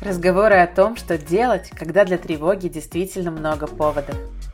Разговоры о том, что делать, когда для тревоги действительно много поводов.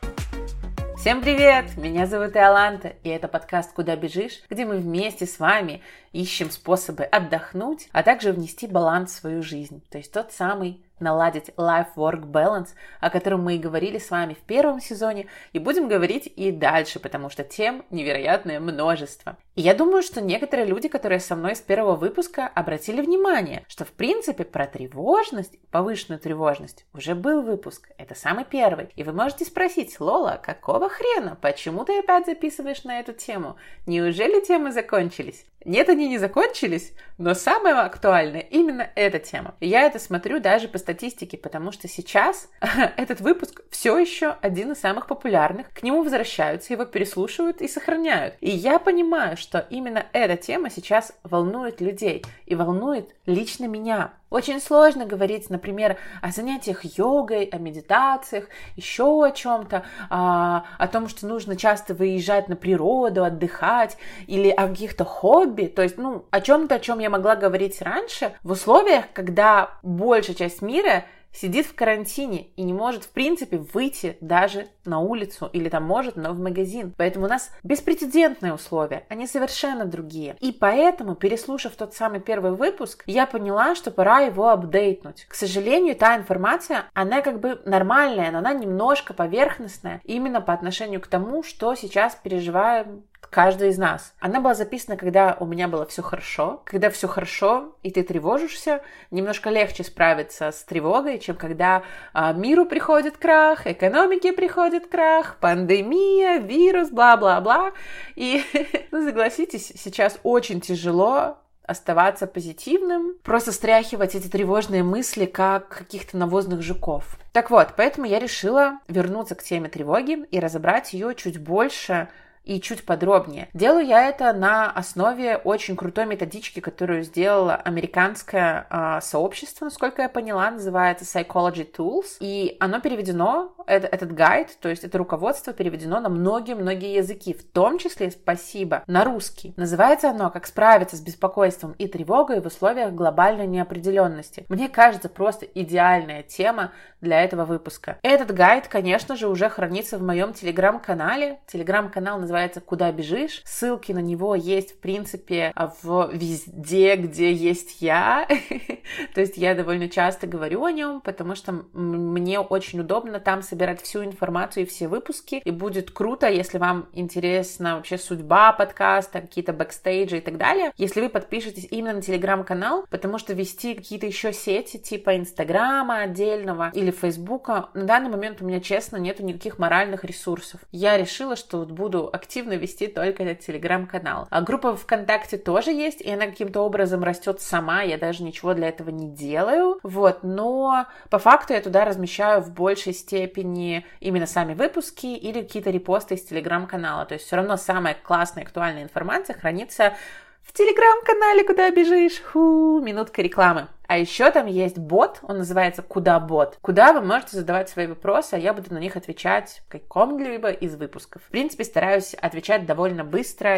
Всем привет! Меня зовут Иоланта, и это подкаст «Куда бежишь?», где мы вместе с вами ищем способы отдохнуть, а также внести баланс в свою жизнь. То есть тот самый наладить life-work balance, о котором мы и говорили с вами в первом сезоне, и будем говорить и дальше, потому что тем невероятное множество. И я думаю, что некоторые люди, которые со мной с первого выпуска, обратили внимание, что в принципе про тревожность, повышенную тревожность, уже был выпуск. Это самый первый. И вы можете спросить: Лола, какого хрена? Почему ты опять записываешь на эту тему? Неужели темы закончились? Нет, они не закончились, но самое актуальное именно эта тема. И я это смотрю даже по статистике, потому что сейчас этот выпуск все еще один из самых популярных. К нему возвращаются, его переслушивают и сохраняют. И я понимаю, что именно эта тема сейчас волнует людей и волнует лично меня. Очень сложно говорить, например, о занятиях йогой, о медитациях, еще о чем-то, о том, что нужно часто выезжать на природу, отдыхать, или о каких-то хобби, то есть, о чем-то, о чем я могла говорить раньше, в условиях, когда большая часть мира сидит в карантине и не может, в принципе, выйти даже на улицу или там может, но в магазин. Поэтому у нас беспрецедентные условия, они совершенно другие. И поэтому, переслушав тот самый первый выпуск, я поняла, что пора его апдейтнуть. К сожалению, та информация, она как бы нормальная, но она немножко поверхностная именно по отношению к тому, что сейчас переживаем каждый из нас. Она была записана, когда у меня было все хорошо. Когда все хорошо, и ты тревожишься, немножко легче справиться с тревогой, чем когда миру приходит крах, экономике приходит крах, пандемия, вирус, бла-бла-бла. И, согласитесь, сейчас очень тяжело оставаться позитивным, просто стряхивать эти тревожные мысли, как каких-то навозных жуков. Так вот, поэтому я решила вернуться к теме тревоги и разобрать ее чуть больше и чуть подробнее. Делаю я это на основе очень крутой методички, которую сделало американское сообщество, насколько я поняла, называется Psychology Tools, и оно переведено, этот гайд, то есть это руководство переведено на многие-многие языки, в том числе, спасибо, на русский. Называется оно «Как справиться с беспокойством и тревогой в условиях глобальной неопределенности». Мне кажется, просто идеальная тема для этого выпуска. Этот гайд, конечно же, уже хранится в моем телеграм-канале. Телеграм-канал называется «Куда бежишь?». Ссылки на него есть, в принципе, везде, где есть я. То есть я довольно часто говорю о нем, потому что мне очень удобно там собирать всю информацию и все выпуски. И будет круто, если вам интересна вообще судьба подкаста, какие-то бэкстейджи и так далее, если вы подпишетесь именно на телеграм-канал, потому что вести какие-то еще сети типа Инстаграма отдельного или Фейсбука, на данный момент у меня, честно, нету никаких моральных ресурсов. Я решила, что вот буду активно вести только этот телеграм-канал. А группа ВКонтакте тоже есть, и она каким-то образом растет сама, я даже ничего для этого не делаю, но по факту я туда размещаю в большей степени именно сами выпуски или какие-то репосты из телеграм-канала, то есть все равно самая классная, актуальная информация хранится в телеграм-канале «Куда бежишь?». Минутка рекламы. А еще там есть бот, он называется «Куда бот», куда вы можете задавать свои вопросы, а я буду на них отвечать в каком-либо из выпусков. В принципе, стараюсь отвечать довольно быстро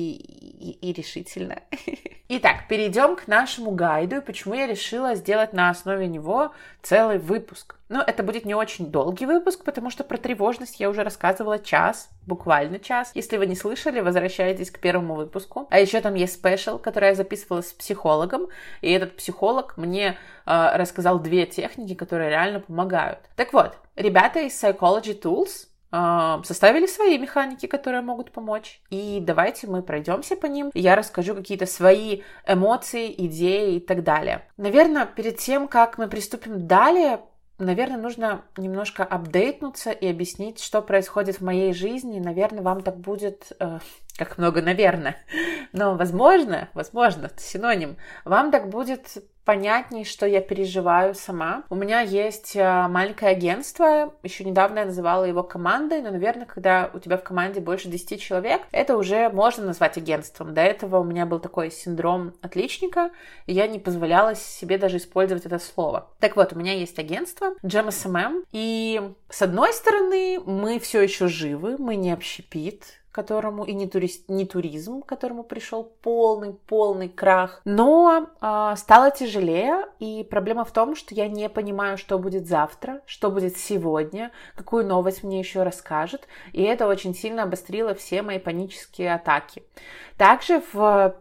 и решительно. Итак, перейдем к нашему гайду, и почему я решила сделать на основе него целый выпуск. Это будет не очень долгий выпуск, потому что про тревожность я уже рассказывала буквально час. Если вы не слышали, возвращайтесь к первому выпуску. А еще там есть спешл, который я записывала с психологом, и этот психолог мне рассказал 2 техники, которые реально помогают. Так вот, ребята из Psychology Tools составили свои механики, которые могут помочь. И давайте мы пройдемся по ним. Я расскажу какие-то свои эмоции, идеи и так далее. Наверное, перед тем, как мы приступим далее, нужно немножко апдейтнуться и объяснить, что происходит в моей жизни. Наверное, вам так будет... Как много, наверное. Но, возможно, это синоним. Вам так будет понятней, что я переживаю сама. У меня есть маленькое агентство. Еще недавно я называла его командой, но, наверное, когда у тебя в команде больше 10 человек, это уже можно назвать агентством. До этого у меня был такой синдром отличника, и я не позволяла себе даже использовать это слово. Так вот, у меня есть агентство Gem SMM, и с одной стороны, мы все еще живы, мы не общепит, которому и не туризм, которому пришел полный крах. Но стало тяжелее, и проблема в том, что я не понимаю, что будет завтра, что будет сегодня, какую новость мне еще расскажут, и это очень сильно обострило все мои панические атаки. Также в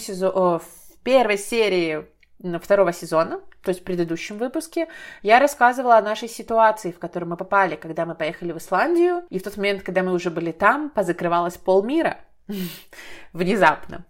первой серии второго сезона, то есть в предыдущем выпуске, я рассказывала о нашей ситуации, в которую мы попали, когда мы поехали в Исландию, и в тот момент, когда мы уже были там, позакрывалось полмира внезапно.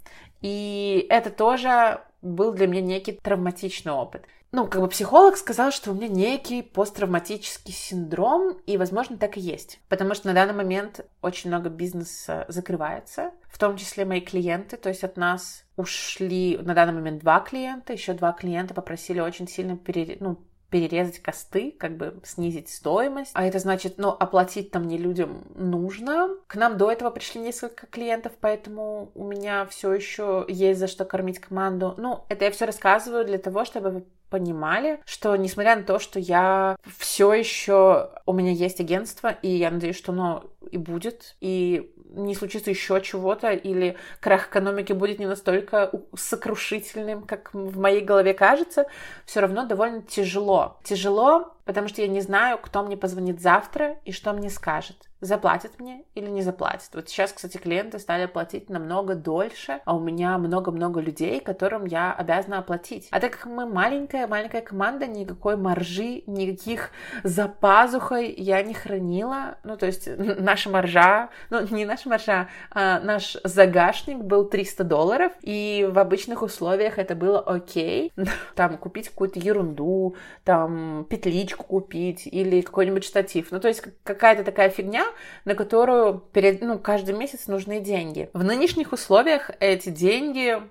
И это тоже был для меня некий травматичный опыт. Психолог сказал, что у меня некий посттравматический синдром, и, возможно, так и есть. Потому что на данный момент очень много бизнеса закрывается, в том числе мои клиенты, то есть от нас ушли на данный момент 2 клиента, еще 2 клиента попросили очень сильно перерезать косты, снизить стоимость. А это значит, оплатить там мне людям нужно. К нам до этого пришли несколько клиентов, поэтому у меня все еще есть за что кормить команду. Это я все рассказываю для того, чтобы вы понимали, что несмотря на то, что я все еще, у меня есть агентство, и я надеюсь, что оно и будет, и не случится еще чего-то, или крах экономики будет не настолько сокрушительным, как в моей голове кажется, все равно довольно тяжело. Тяжело, потому что я не знаю, кто мне позвонит завтра и что мне скажет. Заплатит мне или не заплатит. Вот сейчас, кстати, клиенты стали платить намного дольше, а у меня много-много людей, которым я обязана оплатить. А так как мы маленькая команда, никакой маржи, никаких за пазухой я не хранила. То есть наша маржа, не наша маржа, а наш загашник был $300, и в обычных условиях это было окей. Там купить какую-то ерунду, там петличку купить или какой-нибудь штатив. То есть какая-то такая фигня, на которую каждый месяц нужны деньги. В нынешних условиях эти деньги,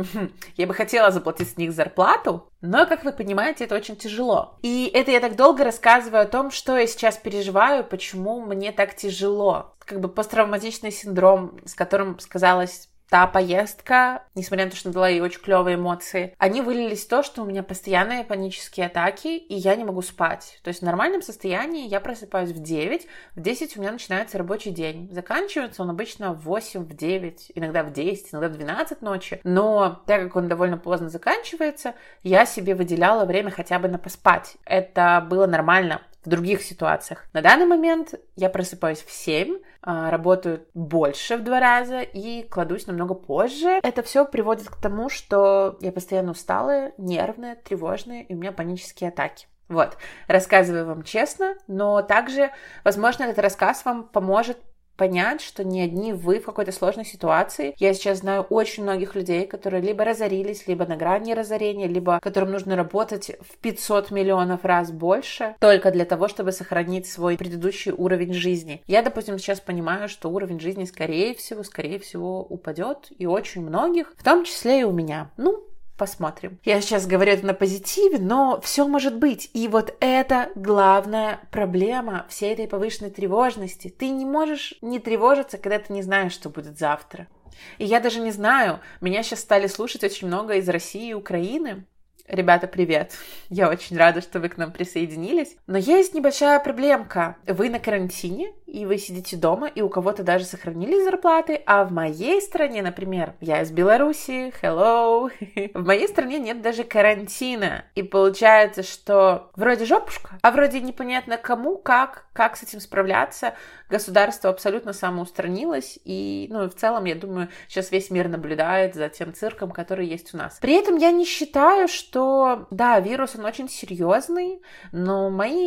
я бы хотела заплатить с них зарплату, но, как вы понимаете, это очень тяжело. И это я так долго рассказываю о том, что я сейчас переживаю, почему мне так тяжело. Посттравматичный синдром, с которым сказалась та поездка, несмотря на то, что дала ей очень клевые эмоции, они вылились в то, что у меня постоянные панические атаки, и я не могу спать. То есть в нормальном состоянии я просыпаюсь в 9, в 10 у меня начинается рабочий день. Заканчивается он обычно в 8, в 9, иногда в 10, иногда в 12 ночи. Но так как он довольно поздно заканчивается, я себе выделяла время хотя бы на поспать. Это было нормально в других ситуациях. На данный момент я просыпаюсь в 7, работаю больше в 2 раза и кладусь намного позже. Это все приводит к тому, что я постоянно усталая, нервная, тревожная, и у меня панические атаки. Рассказываю вам честно, но также, возможно, этот рассказ вам поможет понять, что не одни вы в какой-то сложной ситуации. Я сейчас знаю очень многих людей, которые либо разорились, либо на грани разорения, либо которым нужно работать в 500 миллионов раз больше только для того, чтобы сохранить свой предыдущий уровень жизни. Я, допустим, сейчас понимаю, что уровень жизни, скорее всего, упадет, и очень многих, в том числе и у меня. Посмотрим. Я сейчас говорю это на позитиве, но все может быть. И вот это главная проблема всей этой повышенной тревожности. Ты не можешь не тревожиться, когда ты не знаешь, что будет завтра. И я даже не знаю, меня сейчас стали слушать очень много из России и Украины. Ребята, привет! Я очень рада, что вы к нам присоединились. Но есть небольшая проблемка. Вы на карантине, и вы сидите дома, и у кого-то даже сохранились зарплаты, а в моей стране, например, я из Беларуси, hello, в моей стране нет даже карантина. И получается, что вроде жопушка, а вроде непонятно кому, как с этим справляться. Государство абсолютно самоустранилось, и, в целом, я думаю, сейчас весь мир наблюдает за тем цирком, который есть у нас. При этом я не считаю, что, да, вирус, он очень серьезный, но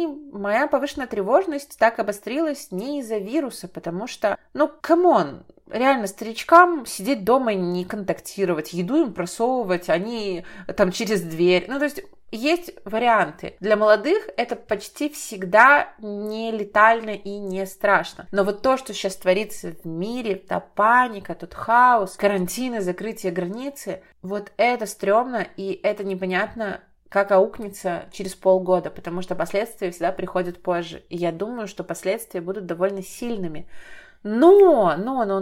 моя повышенная тревожность так обострилась не из-за вируса, потому что, камон, реально старичкам сидеть дома и не контактировать, еду им просовывать, они там через дверь, то есть есть варианты. Для молодых это почти всегда не летально и не страшно. Но вот то, что сейчас творится в мире, та паника, тот хаос, карантины, закрытие границы, вот это стрёмно, и это непонятно, как аукнется через полгода, потому что последствия всегда приходят позже. И я думаю, что последствия будут довольно сильными. Но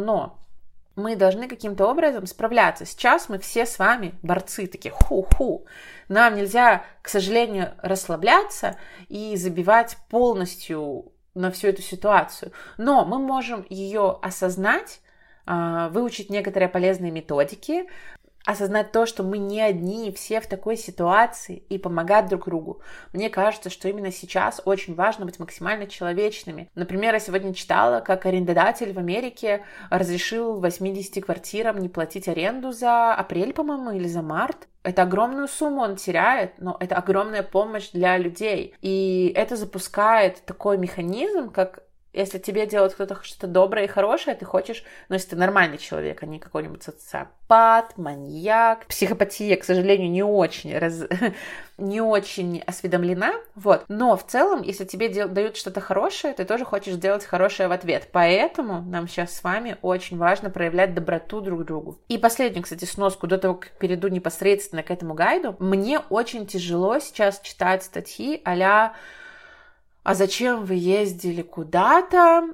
мы должны каким-то образом справляться. Сейчас мы все с вами борцы, такие ху-ху. Нам нельзя, к сожалению, расслабляться и забивать полностью на всю эту ситуацию. Но мы можем ее осознать, выучить некоторые полезные методики, осознать то, что мы не одни, все в такой ситуации, и помогать друг другу. Мне кажется, что именно сейчас очень важно быть максимально человечными. Например, я сегодня читала, как арендодатель в Америке разрешил 80 квартирам не платить аренду за апрель, по-моему, или за март. Это огромную сумму он теряет, но это огромная помощь для людей. И это запускает такой механизм, как если тебе делает кто-то что-то доброе и хорошее, ты хочешь, но если ты нормальный человек, а не какой-нибудь социопат, маньяк. Психопатия, к сожалению, не очень осведомлена, вот. Но в целом, если тебе дают что-то хорошее, ты тоже хочешь сделать хорошее в ответ. Поэтому нам сейчас с вами очень важно проявлять доброту друг к другу. И последнюю, кстати, сноску, до того, как перейду непосредственно к этому гайду, мне очень тяжело сейчас читать статьи а-ля «А зачем вы ездили куда-то?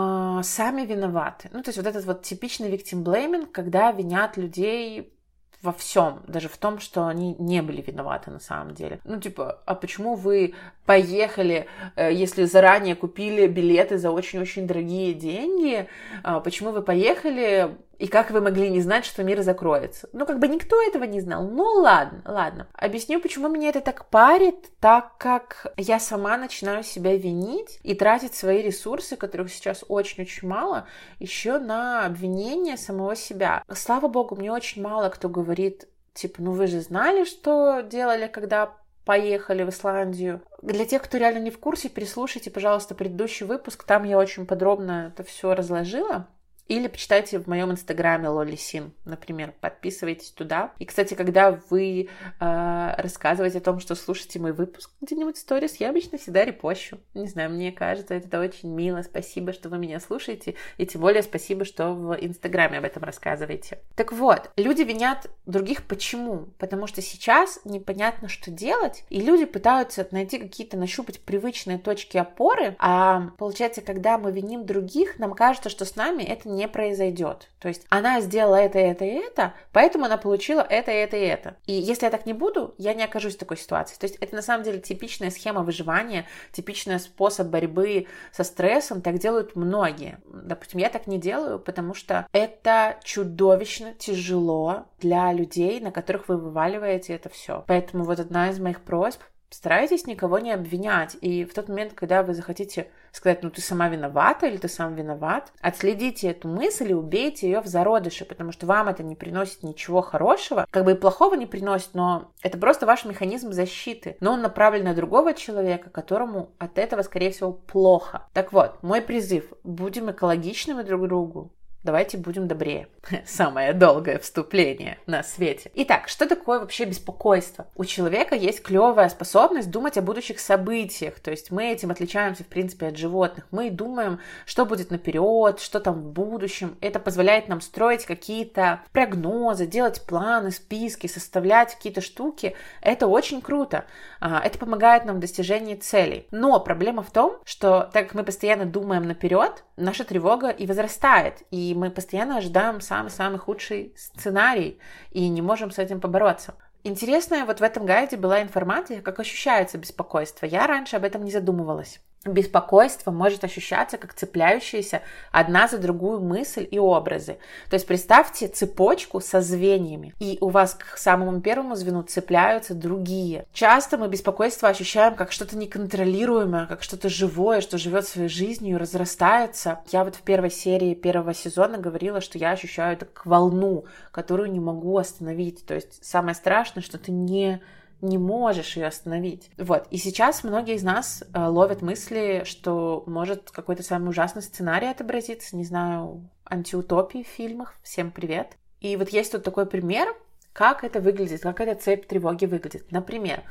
Сами виноваты». Ну, то есть вот этот вот типичный victim blaming, когда винят людей во всем, даже в том, что они не были виноваты на самом деле. Ну, типа, а почему вы поехали, если заранее купили билеты за очень-очень дорогие деньги? Почему вы поехали, и как вы могли не знать, что мир закроется? Ну, как бы никто этого не знал. Ну, ладно. Объясню, почему меня это так парит, так как я сама начинаю себя винить и тратить свои ресурсы, которых сейчас очень-очень мало, еще на обвинение самого себя. Слава богу, мне очень мало кто говорит, типа, ну вы же знали, что делали, когда поехали в Исландию. Для тех, кто реально не в курсе, переслушайте, пожалуйста, предыдущий выпуск, там я очень подробно это все разложила. Или почитайте в моем инстаграме LollySin, например, подписывайтесь туда. И, кстати, когда вы рассказываете о том, что слушаете мой выпуск где-нибудь в сторис, я обычно всегда репощу. Не знаю, мне кажется, это очень мило. Спасибо, что вы меня слушаете. И тем более спасибо, что в инстаграме об этом рассказываете. Так вот, люди винят других почему? Потому что сейчас непонятно, что делать, и люди пытаются найти какие-то, нащупать привычные точки опоры, а получается, когда мы виним других, нам кажется, что с нами это не произойдет. То есть она сделала это, поэтому она получила это. И если я так не буду, я не окажусь в такой ситуации. То есть это на самом деле типичная схема выживания, типичный способ борьбы со стрессом. Так делают многие. Допустим, я так не делаю, потому что это чудовищно тяжело для людей, на которых вы вываливаете это все. Поэтому вот одна из моих просьб: старайтесь никого не обвинять. И в тот момент, когда вы захотите сказать, ну ты сама виновата или ты сам виноват, отследите эту мысль и убейте ее в зародыше, потому что вам это не приносит ничего хорошего, как бы и плохого не приносит, но это просто ваш механизм защиты. Но он направлен на другого человека, которому от этого, скорее всего, плохо. Так вот, мой призыв: будем экологичными друг к другу. Давайте будем добрее. Самое долгое вступление на свете. Итак, что такое вообще беспокойство? У человека есть клевая способность думать о будущих событиях. То есть мы этим отличаемся, в принципе, от животных. Мы думаем, что будет наперед, что там в будущем. Это позволяет нам строить какие-то прогнозы, делать планы, списки, составлять какие-то штуки. Это очень круто. Это помогает нам в достижении целей. Но проблема в том, что так как мы постоянно думаем наперед, наша тревога и возрастает. И мы постоянно ожидаем самый-самый худший сценарий и не можем с этим побороться. Интересная вот в этом гайде была информация, как ощущается беспокойство. Я раньше об этом не задумывалась. Беспокойство может ощущаться как цепляющаяся одна за другую мысль и образы. То есть представьте цепочку со звеньями, и у вас к самому первому звену цепляются другие. Часто мы беспокойство ощущаем как что-то неконтролируемое, как что-то живое, что живет своей жизнью и разрастается. Я вот в первой серии первого сезона говорила, что я ощущаю это как волну, которую не могу остановить. То есть самое страшное, что ты не можешь ее остановить. Вот. И сейчас многие из нас ловят мысли, что может какой-то самый ужасный сценарий отобразиться, не знаю, антиутопии в фильмах. Всем привет. И вот есть тут такой пример, как это выглядит, как эта цепь тревоги выглядит. Например,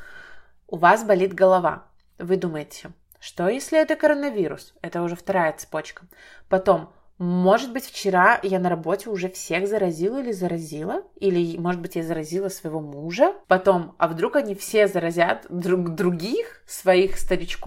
у вас болит голова. Вы думаете, что если это коронавирус? Это уже вторая цепочка. Потом, может быть, вчера я на работе уже всех заразила или заразила, или, может быть, я заразила своего мужа. Потом, а вдруг они все заразят других, своих старичков,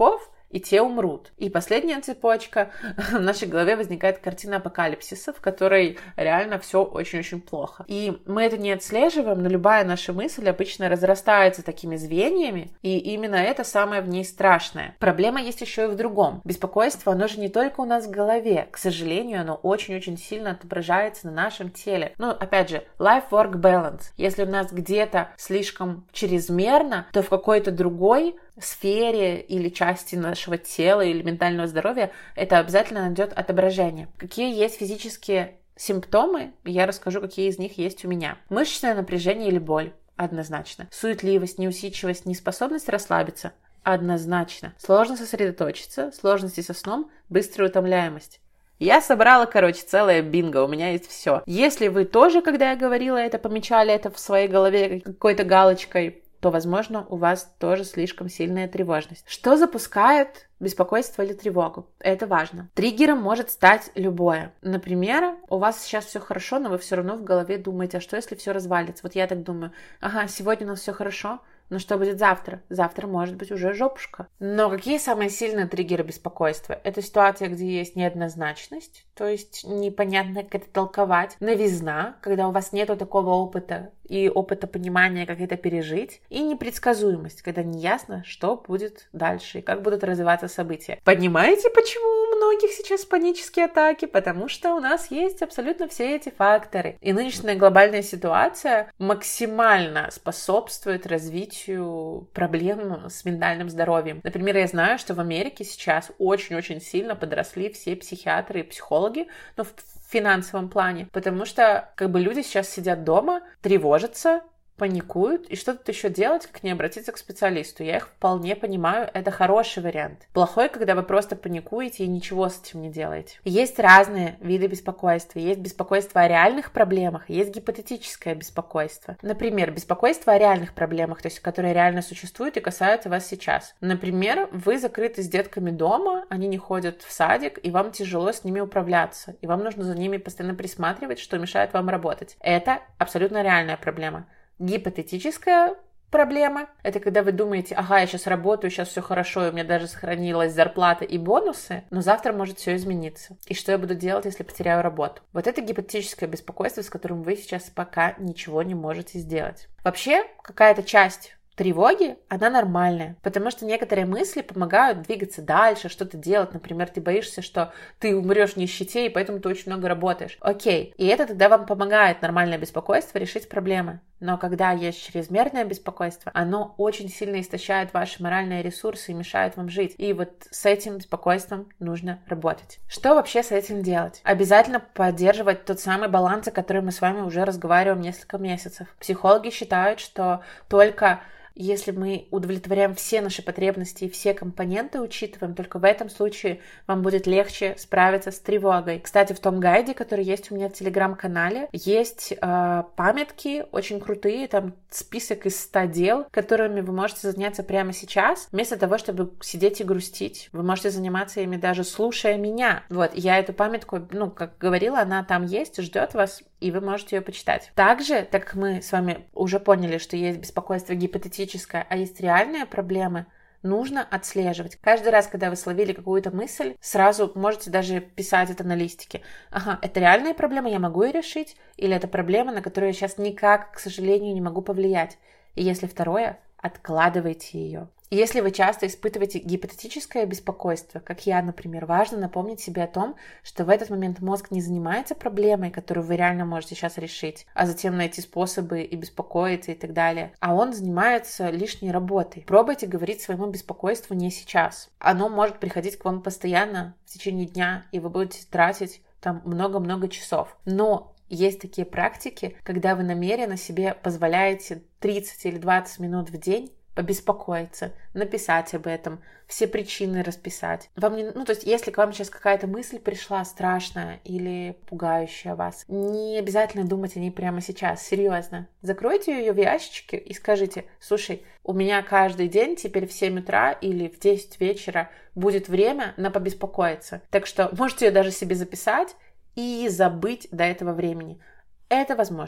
и те умрут. И последняя цепочка, в нашей голове возникает картина апокалипсиса, в которой реально все очень-очень плохо. И мы это не отслеживаем, но любая наша мысль обычно разрастается такими звеньями, и именно это самое в ней страшное. Проблема есть еще и в другом. Беспокойство, оно же не только у нас в голове. К сожалению, оно очень-очень сильно отображается на нашем теле. Ну, опять же, life-work balance. Если у нас где-то слишком чрезмерно, то в какой-то другой сфере или части нашего тела или ментального здоровья это обязательно найдет отображение. Какие есть физические симптомы, я расскажу, какие из них есть у меня. Мышечное напряжение или боль. Однозначно. Суетливость, неусидчивость, неспособность расслабиться. Однозначно. Сложность сосредоточиться, сложности со сном, быстрая утомляемость. Я собрала, целое бинго, у меня есть все. Если вы тоже, когда я говорила это, помечали это в своей голове какой-то галочкой, то, возможно, у вас тоже слишком сильная тревожность. Что запускает беспокойство или тревогу? Это важно. Триггером может стать любое. Например, у вас сейчас все хорошо, но вы все равно в голове думаете, а что если все развалится? Вот я так думаю, сегодня у нас все хорошо, но что будет завтра? Завтра может быть уже жопушка. Но какие самые сильные триггеры беспокойства? Это ситуация, где есть неоднозначность, то есть непонятно, как это толковать. Новизна, когда у вас нету такого опыта и опыта понимания, как это пережить. И непредсказуемость, когда неясно, что будет дальше и как будут развиваться события. Понимаете, почему у многих сейчас панические атаки? Потому что у нас есть абсолютно все эти факторы. И нынешняя глобальная ситуация максимально способствует развитию проблем с ментальным здоровьем. Например, я знаю, что в Америке сейчас очень-очень сильно подросли все психиатры и психологи, но в финансовом плане, потому что люди сейчас сидят дома, тревожатся, паникуют, и что тут еще делать, как не обратиться к специалисту. Я их вполне понимаю, это хороший вариант. Плохой, когда вы просто паникуете и ничего с этим не делаете. Есть разные виды беспокойства. Есть беспокойство о реальных проблемах, есть гипотетическое беспокойство. Например, беспокойство о реальных проблемах, то есть которые реально существуют и касаются вас сейчас. Например, вы закрыты с детками дома, они не ходят в садик, и вам тяжело с ними управляться, и вам нужно за ними постоянно присматривать, что мешает вам работать. Это абсолютно реальная проблема. Гипотетическая проблема — это когда вы думаете, я сейчас работаю, сейчас все хорошо, и у меня даже сохранилась зарплата и бонусы, но завтра может все измениться. И что я буду делать, если потеряю работу? Вот это гипотетическое беспокойство, с которым вы сейчас пока ничего не можете сделать. Вообще, какая-то часть тревоги, она нормальная, потому что некоторые мысли помогают двигаться дальше, что-то делать. Например, ты боишься, что ты умрешь в нищете, и поэтому ты очень много работаешь. Окей. И это тогда вам помогает нормальное беспокойство решить проблемы. Но когда есть чрезмерное беспокойство, оно очень сильно истощает ваши моральные ресурсы и мешает вам жить. И вот с этим беспокойством нужно работать. Что вообще с этим делать? Обязательно поддерживать тот самый баланс, о котором мы с вами уже разговариваем несколько месяцев. Психологи считают, что только если мы удовлетворяем все наши потребности и все компоненты учитываем, только в этом случае вам будет легче справиться с тревогой. Кстати, в том гайде, который есть у меня в телеграм-канале, есть памятки очень крутые, там список из 100 дел, которыми вы можете заняться прямо сейчас, вместо того, чтобы сидеть и грустить. Вы можете заниматься ими даже слушая меня. Вот, я эту памятку, как говорила, она там есть, ждет вас, и вы можете ее почитать. Также, так как мы с вами уже поняли, что есть беспокойство гипотетическое, а есть реальные проблемы, нужно отслеживать. Каждый раз, когда вы словили какую-то мысль, сразу можете даже писать это на листике. Это реальная проблема, я могу ее решить, или это проблема, на которую я сейчас никак, к сожалению, не могу повлиять. И если второе, откладывайте ее. Если вы часто испытываете гипотетическое беспокойство, как я, например, важно напомнить себе о том, что в этот момент мозг не занимается проблемой, которую вы реально можете сейчас решить, а затем найти способы и беспокоиться и так далее, а он занимается лишней работой. Пробуйте говорить своему беспокойству не сейчас. Оно может приходить к вам постоянно в течение дня, и вы будете тратить там много-много часов. Но есть такие практики, когда вы намеренно себе позволяете 30 или 20 минут в день побеспокоиться, написать об этом, все причины расписать. Вам не, то есть, если к вам сейчас какая-то мысль пришла страшная или пугающая вас, не обязательно думать о ней прямо сейчас, серьезно. Закройте ее в ящичке и скажите: слушай, у меня каждый день теперь в 7 утра или в 10 вечера будет время на побеспокоиться. Так что можете ее даже себе записать и забыть до этого времени. Это возможно.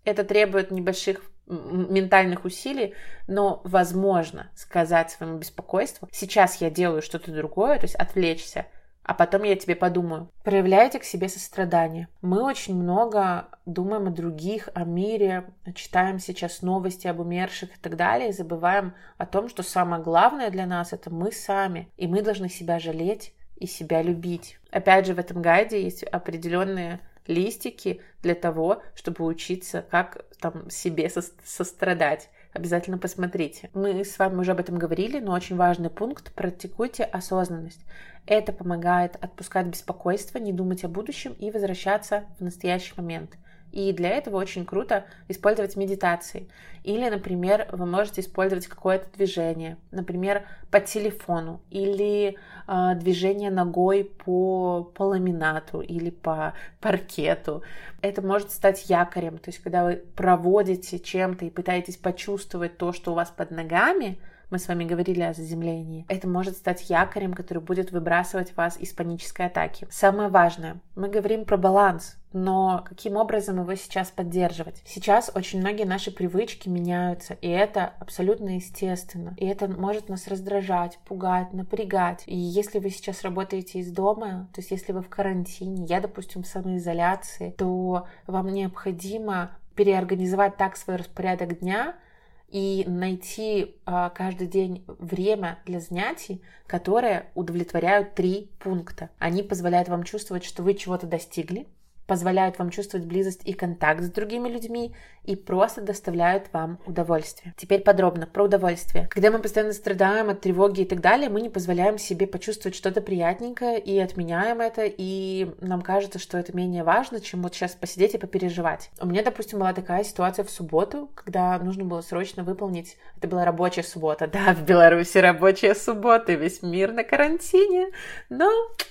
Это требует небольших ментальных усилий, но возможно сказать своему беспокойству: сейчас я делаю что-то другое, то есть отвлечься, а потом я тебе подумаю. Проявляйте к себе сострадание. Мы очень много думаем о других, о мире, читаем сейчас новости об умерших и так далее, и забываем о том, что самое главное для нас — это мы сами, и мы должны себя жалеть и себя любить. Опять же, в этом гайде есть определенные листики для того, чтобы учиться, как там себе сострадать. Обязательно посмотрите. Мы с вами уже об этом говорили, но очень важный пункт — практикуйте осознанность. Это помогает отпускать беспокойство, не думать о будущем и возвращаться в настоящий момент. И для этого очень круто использовать медитации. Или, например, вы можете использовать какое-то движение, например, по телефону, или движение ногой по ламинату или по паркету. Это может стать якорем. То есть, когда вы проводите чем-то и пытаетесь почувствовать то, что у вас под ногами, мы с вами говорили о заземлении, это может стать якорем, который будет выбрасывать вас из панической атаки. Самое важное, мы говорим про баланс, но каким образом его сейчас поддерживать? Сейчас очень многие наши привычки меняются, и это абсолютно естественно. И это может нас раздражать, пугать, напрягать. И если вы сейчас работаете из дома, то есть если вы в карантине, я, допустим, в самоизоляции, то вам необходимо переорганизовать так свой распорядок дня и найти каждый день время для занятий, которые удовлетворяют 3 пункта. Они позволяют вам чувствовать, что вы чего-то достигли, позволяют вам чувствовать близость и контакт с другими людьми и просто доставляют вам удовольствие. Теперь подробно про удовольствие. Когда мы постоянно страдаем от тревоги и так далее, мы не позволяем себе почувствовать что-то приятненькое и отменяем это, и нам кажется, что это менее важно, чем вот сейчас посидеть и попереживать. У меня, допустим, была такая ситуация в субботу, когда нужно было срочно выполнить... Это была рабочая суббота. Да, в Беларуси рабочая суббота, весь мир на карантине, но...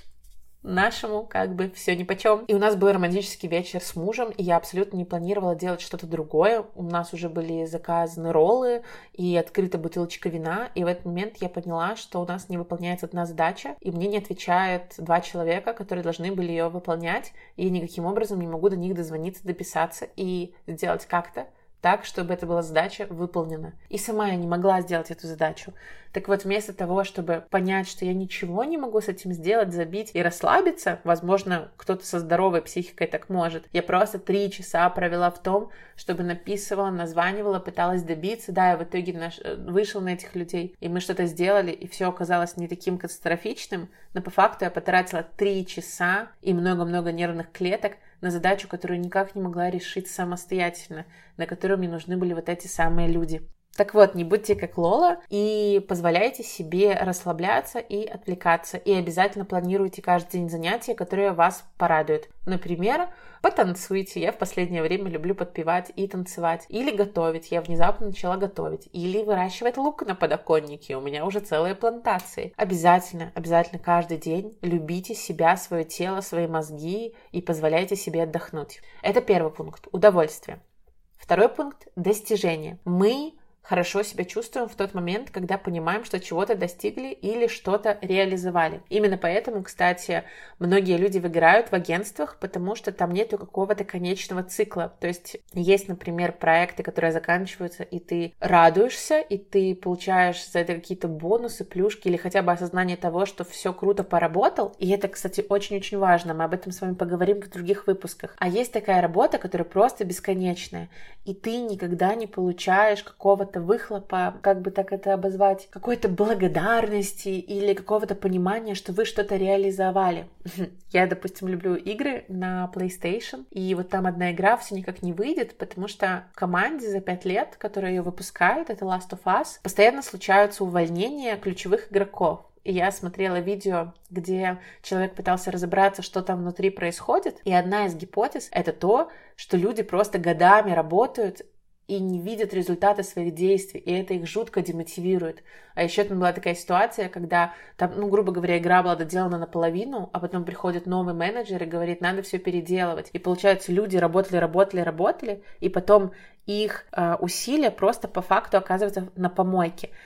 нашему как бы все нипочем. И у нас был романтический вечер с мужем, и я абсолютно не планировала делать что-то другое. У нас уже были заказаны роллы и открыта бутылочка вина, и в этот момент я поняла, что у нас не выполняется одна задача, и мне не отвечают 2 человека, которые должны были ее выполнять, и я никаким образом не могу до них дозвониться, дописаться и сделать как-то так, чтобы эта была задача выполнена. И сама я не могла сделать эту задачу. Так вот, вместо того, чтобы понять, что я ничего не могу с этим сделать, забить и расслабиться, возможно, кто-то со здоровой психикой так может, я просто 3 часа провела в том, чтобы написывала, названивала, пыталась добиться. Да, я в итоге вышла на этих людей, и мы что-то сделали, и все оказалось не таким катастрофичным, но по факту я потратила 3 часа и много-много нервных клеток на задачу, которую никак не могла решить самостоятельно, на которую мне нужны были вот эти самые люди. Так вот, не будьте как Лола и позволяйте себе расслабляться и отвлекаться. И обязательно планируйте каждый день занятия, которые вас порадуют. Например, потанцуйте. Я в последнее время люблю подпевать и танцевать. Или готовить. Я внезапно начала готовить. Или выращивать лук на подоконнике. У меня уже целые плантации. Обязательно каждый день любите себя, свое тело, свои мозги и позволяйте себе отдохнуть. Это первый пункт. Удовольствие. Второй пункт. Достижение. Мы хорошо себя чувствуем в тот момент, когда понимаем, что чего-то достигли или что-то реализовали. Именно поэтому, кстати, многие люди выгорают в агентствах, потому что там нету какого-то конечного цикла. То есть есть, например, проекты, которые заканчиваются, и ты радуешься, и ты получаешь за это какие-то бонусы, плюшки или хотя бы осознание того, что все круто поработал. И это, кстати, очень-очень важно. Мы об этом с вами поговорим в других выпусках. А есть такая работа, которая просто бесконечная, и ты никогда не получаешь какого-то выхлопа, как бы так это обозвать, какой-то благодарности или какого-то понимания, что вы что-то реализовали. Я, допустим, люблю игры на PlayStation, и вот там одна игра все никак не выйдет, потому что в команде за 5 лет, которая ее выпускает, это Last of Us, постоянно случаются увольнения ключевых игроков. И я смотрела видео, где человек пытался разобраться, что там внутри происходит, и одна из гипотез — это то, что люди просто годами работают и не видят результаты своих действий, и это их жутко демотивирует. А еще там была такая ситуация, когда там, грубо говоря, игра была доделана наполовину, а потом приходит новый менеджер и говорит, надо все переделывать. И получается, люди работали, и потом их усилия просто по факту оказываются на помойке.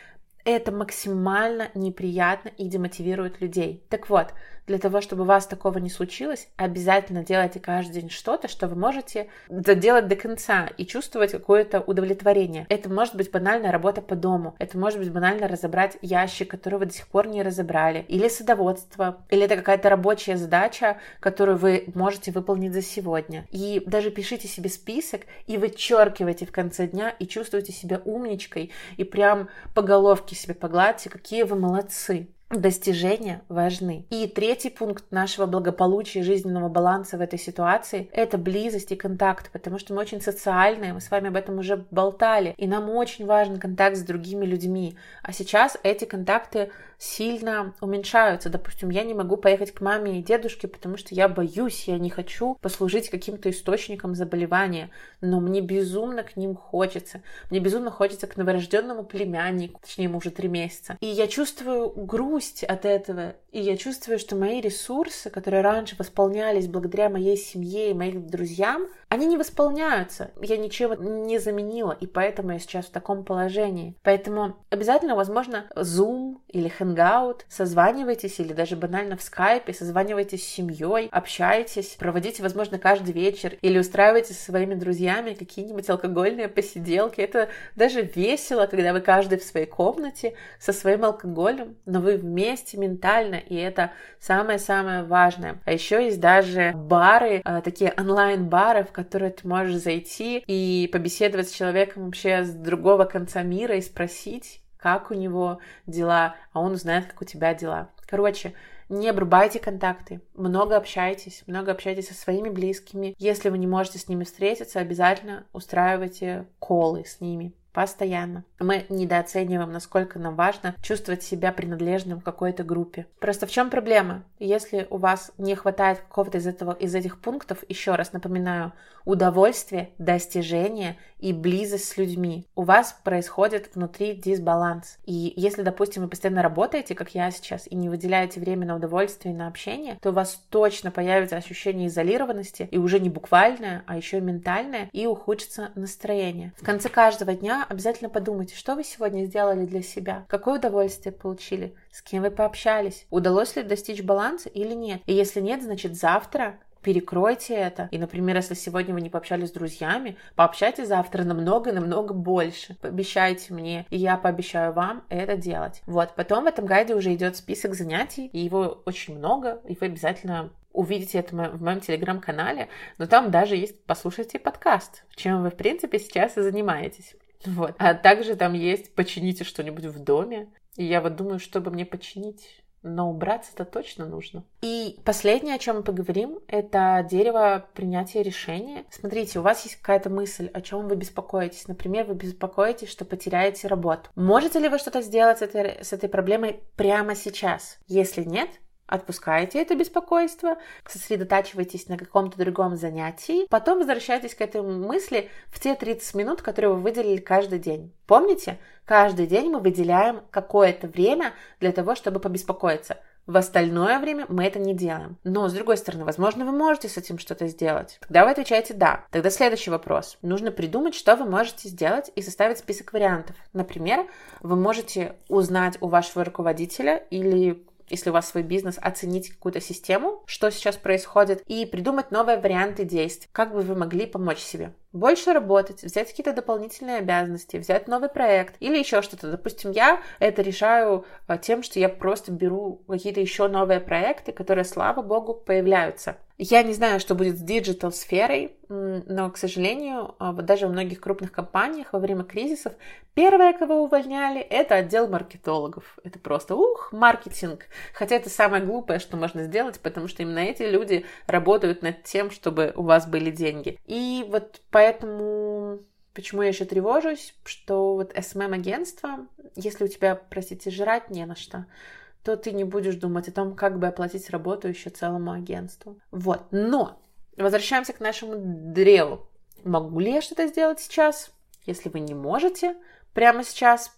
Это максимально неприятно и демотивирует людей. Так вот, для того, чтобы у вас такого не случилось, обязательно делайте каждый день что-то, что вы можете доделать до конца и чувствовать какое-то удовлетворение. Это может быть банальная работа по дому, это может быть банально разобрать ящик, который вы до сих пор не разобрали, или садоводство, или это какая-то рабочая задача, которую вы можете выполнить за сегодня. И даже пишите себе список и вычеркивайте в конце дня и чувствуйте себя умничкой и прям по головке себе погладьте, какие вы молодцы. Достижения важны. И третий пункт нашего благополучия и жизненного баланса в этой ситуации — это близость и контакт, потому что мы очень социальные, мы с вами об этом уже болтали, и нам очень важен контакт с другими людьми. А сейчас эти контакты сильно уменьшаются. Допустим, я не могу поехать к маме и дедушке, потому что я боюсь, я не хочу послужить каким-то источником заболевания, но мне безумно к ним хочется. Мне безумно хочется к новорожденному племяннику, точнее, ему уже 3 месяца. И я чувствую грусть от этого, и я чувствую, что мои ресурсы, которые раньше восполнялись благодаря моей семье и моим друзьям, они не восполняются. Я ничем не заменила, и поэтому я сейчас в таком положении. Поэтому обязательно, возможно, Zoom или Hangout, созванивайтесь, или даже банально в скайпе, созванивайтесь с семьей, общайтесь, проводите, возможно, каждый вечер, или устраивайте со своими друзьями какие-нибудь алкогольные посиделки. Это даже весело, когда вы каждый в своей комнате со своим алкоголем, но вы вместе ментально, и это самое-самое важное. А еще есть даже бары, такие онлайн-бары, в которые ты можешь зайти и побеседовать с человеком вообще с другого конца мира и спросить, как у него дела, а он узнает, как у тебя дела. Короче, не обрубайте контакты, много общайтесь со своими близкими. Если вы не можете с ними встретиться, обязательно устраивайте коллы с ними. Постоянно. Мы недооцениваем, насколько нам важно чувствовать себя принадлежным к какой-то группе. Просто в чем проблема? Если у вас не хватает какого-то из этих пунктов, еще раз напоминаю, удовольствие, достижение и близость с людьми, у вас происходит внутри дисбаланс. И если, допустим, вы постоянно работаете, как я сейчас, и не выделяете время на удовольствие и на общение, то у вас точно появится ощущение изолированности, и уже не буквальное, а еще и ментальное, и ухудшится настроение. В конце каждого дня обязательно подумайте, что вы сегодня сделали для себя, какое удовольствие получили, с кем вы пообщались, удалось ли достичь баланса или нет. И если нет, значит завтра перекройте это. И, например, если сегодня вы не пообщались с друзьями, пообщайтесь завтра намного больше. Пообещайте мне, и я пообещаю вам это делать. Вот, потом в этом гайде уже идет список занятий, и его очень много, и вы обязательно увидите это в моем телеграм-канале, но там даже есть «Послушайте подкаст», чем вы, в принципе, сейчас и занимаетесь. Вот. А также там есть «Почините что-нибудь в доме». И я вот думаю, чтобы мне починить, но убраться-то точно нужно. И последнее, о чем мы поговорим, это дерево принятия решения. Смотрите, у вас есть какая-то мысль, о чем вы беспокоитесь. Например, вы беспокоитесь, что потеряете работу. Можете ли вы что-то сделать с этой проблемой прямо сейчас? Если нет, отпускайте это беспокойство, сосредотачивайтесь на каком-то другом занятии, потом возвращайтесь к этой мысли в те 30 минут, которые вы выделили каждый день. Помните? Каждый день мы выделяем какое-то время для того, чтобы побеспокоиться. В остальное время мы это не делаем. Но, с другой стороны, возможно, вы можете с этим что-то сделать. Тогда вы отвечаете «да». Тогда следующий вопрос. Нужно придумать, что вы можете сделать, и составить список вариантов. Например, вы можете узнать у вашего руководителя или, если у вас свой бизнес, оценить какую-то систему, что сейчас происходит, и придумать новые варианты действий. Как бы вы могли помочь себе? Больше работать, взять какие-то дополнительные обязанности, взять новый проект или еще что-то. Допустим, я это решаю тем, что я просто беру какие-то еще новые проекты, которые, слава богу, появляются. Я не знаю, что будет с диджитал-сферой, но, к сожалению, вот даже в многих крупных компаниях во время кризисов первое, кого увольняли, это отдел маркетологов. Это просто маркетинг. Хотя это самое глупое, что можно сделать, потому что именно эти люди работают над тем, чтобы у вас были деньги. И вот поэтому почему я еще тревожусь, что вот SMM-агентство, если у тебя, простите, жрать не на что, то ты не будешь думать о том, как бы оплатить работу еще целому агентству. Вот. Но возвращаемся к нашему древу. Могу ли я что-то сделать сейчас? Если вы не можете прямо сейчас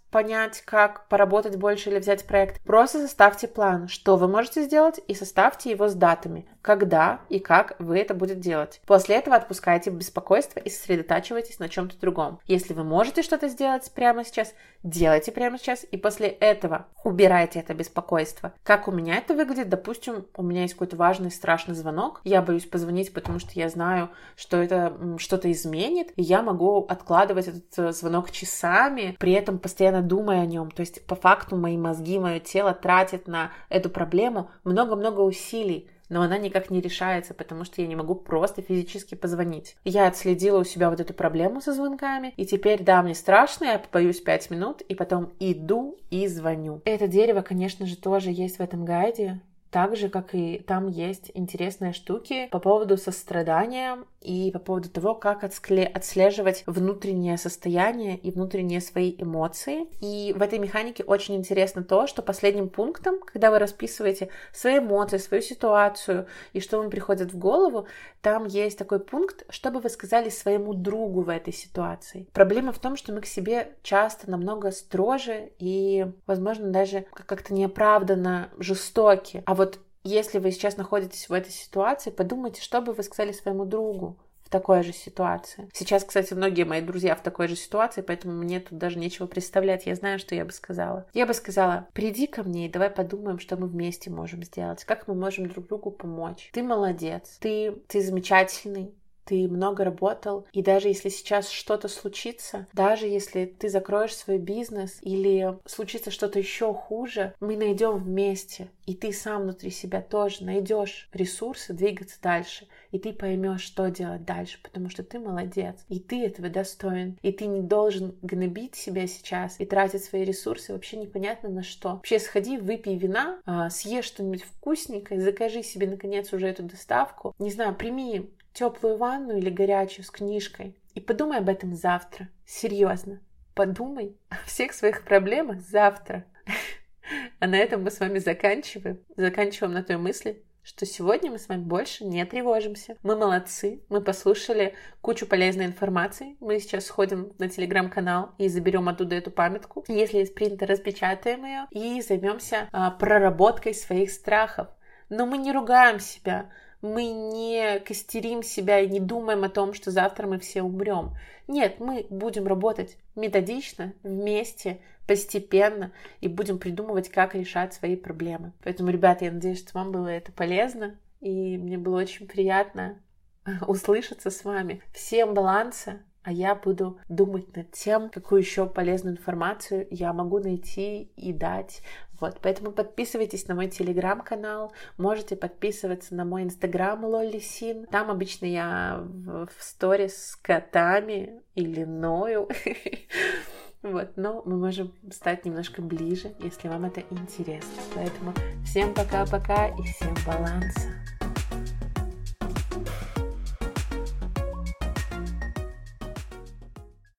понять, как поработать больше или взять проект. Просто составьте план, что вы можете сделать, и составьте его с датами, когда и как вы это будете делать. После этого отпускайте беспокойство и сосредотачивайтесь на чем-то другом. Если вы можете что-то сделать прямо сейчас, делайте прямо сейчас, и после этого убирайте это беспокойство. Как у меня это выглядит? Допустим, у меня есть какой-то важный, страшный звонок. Я боюсь позвонить, потому что я знаю, что это что-то изменит, и я могу откладывать этот звонок часами, при этом постоянно думая о нем. То есть, по факту, мои мозги, мое тело тратят на эту проблему много-много усилий, но она никак не решается, потому что я не могу просто физически позвонить. Я отследила у себя вот эту проблему со звонками, и теперь, да, мне страшно, я побоюсь 5 минут, и потом иду и звоню. Это дерево, конечно же, тоже есть в этом гайде. Так же, как и там есть интересные штуки по поводу сострадания и по поводу того, как отслеживать внутреннее состояние и внутренние свои эмоции. И в этой механике очень интересно то, что последним пунктом, когда вы расписываете свои эмоции, свою ситуацию и что вам приходит в голову, там есть такой пункт, чтобы вы сказали своему другу в этой ситуации. Проблема в том, что мы к себе часто намного строже и, возможно, даже как-то неоправданно жестоки. А вот если вы сейчас находитесь в этой ситуации, подумайте, что бы вы сказали своему другу в такой же ситуации. Сейчас, кстати, многие мои друзья в такой же ситуации, поэтому мне тут даже нечего представлять. Я знаю, что я бы сказала. Я бы сказала: приди ко мне и давай подумаем, что мы вместе можем сделать, как мы можем друг другу помочь. Ты молодец, ты замечательный. Ты много работал, и даже если сейчас что-то случится, даже если ты закроешь свой бизнес или случится что-то еще хуже, мы найдем вместе, и ты сам внутри себя тоже найдешь ресурсы двигаться дальше, и ты поймешь, что делать дальше, потому что ты молодец, и ты этого достоин, и ты не должен гнобить себя сейчас и тратить свои ресурсы вообще непонятно на что. Вообще сходи, выпей вина, съешь что-нибудь вкусненькое, закажи себе наконец уже эту доставку, не знаю, прими теплую ванну или горячую с книжкой и подумай об этом завтра. Серьезно. Подумай о всех своих проблемах завтра. А на этом мы с вами заканчиваем. Заканчиваем на той мысли, что сегодня мы с вами больше не тревожимся. Мы молодцы. Мы послушали кучу полезной информации. Мы сейчас сходим на телеграм-канал и заберем оттуда эту памятку. Если есть принтер, распечатаем ее и займемся проработкой своих страхов. Но мы не ругаем себя. Мы не костерим себя и не думаем о том, что завтра мы все умрем. Нет, мы будем работать методично, вместе, постепенно и будем придумывать, как решать свои проблемы. Поэтому, ребята, я надеюсь, что вам было это полезно, и мне было очень приятно услышаться с вами. Всем баланса, а я буду думать над тем, какую еще полезную информацию я могу найти и дать. Вот, поэтому подписывайтесь на мой телеграм-канал, можете подписываться на мой инстаграм LollySin. Там обычно я в сторис с котами или ною. Вот, но мы можем стать немножко ближе, если вам это интересно. Поэтому всем пока-пока и всем баланса.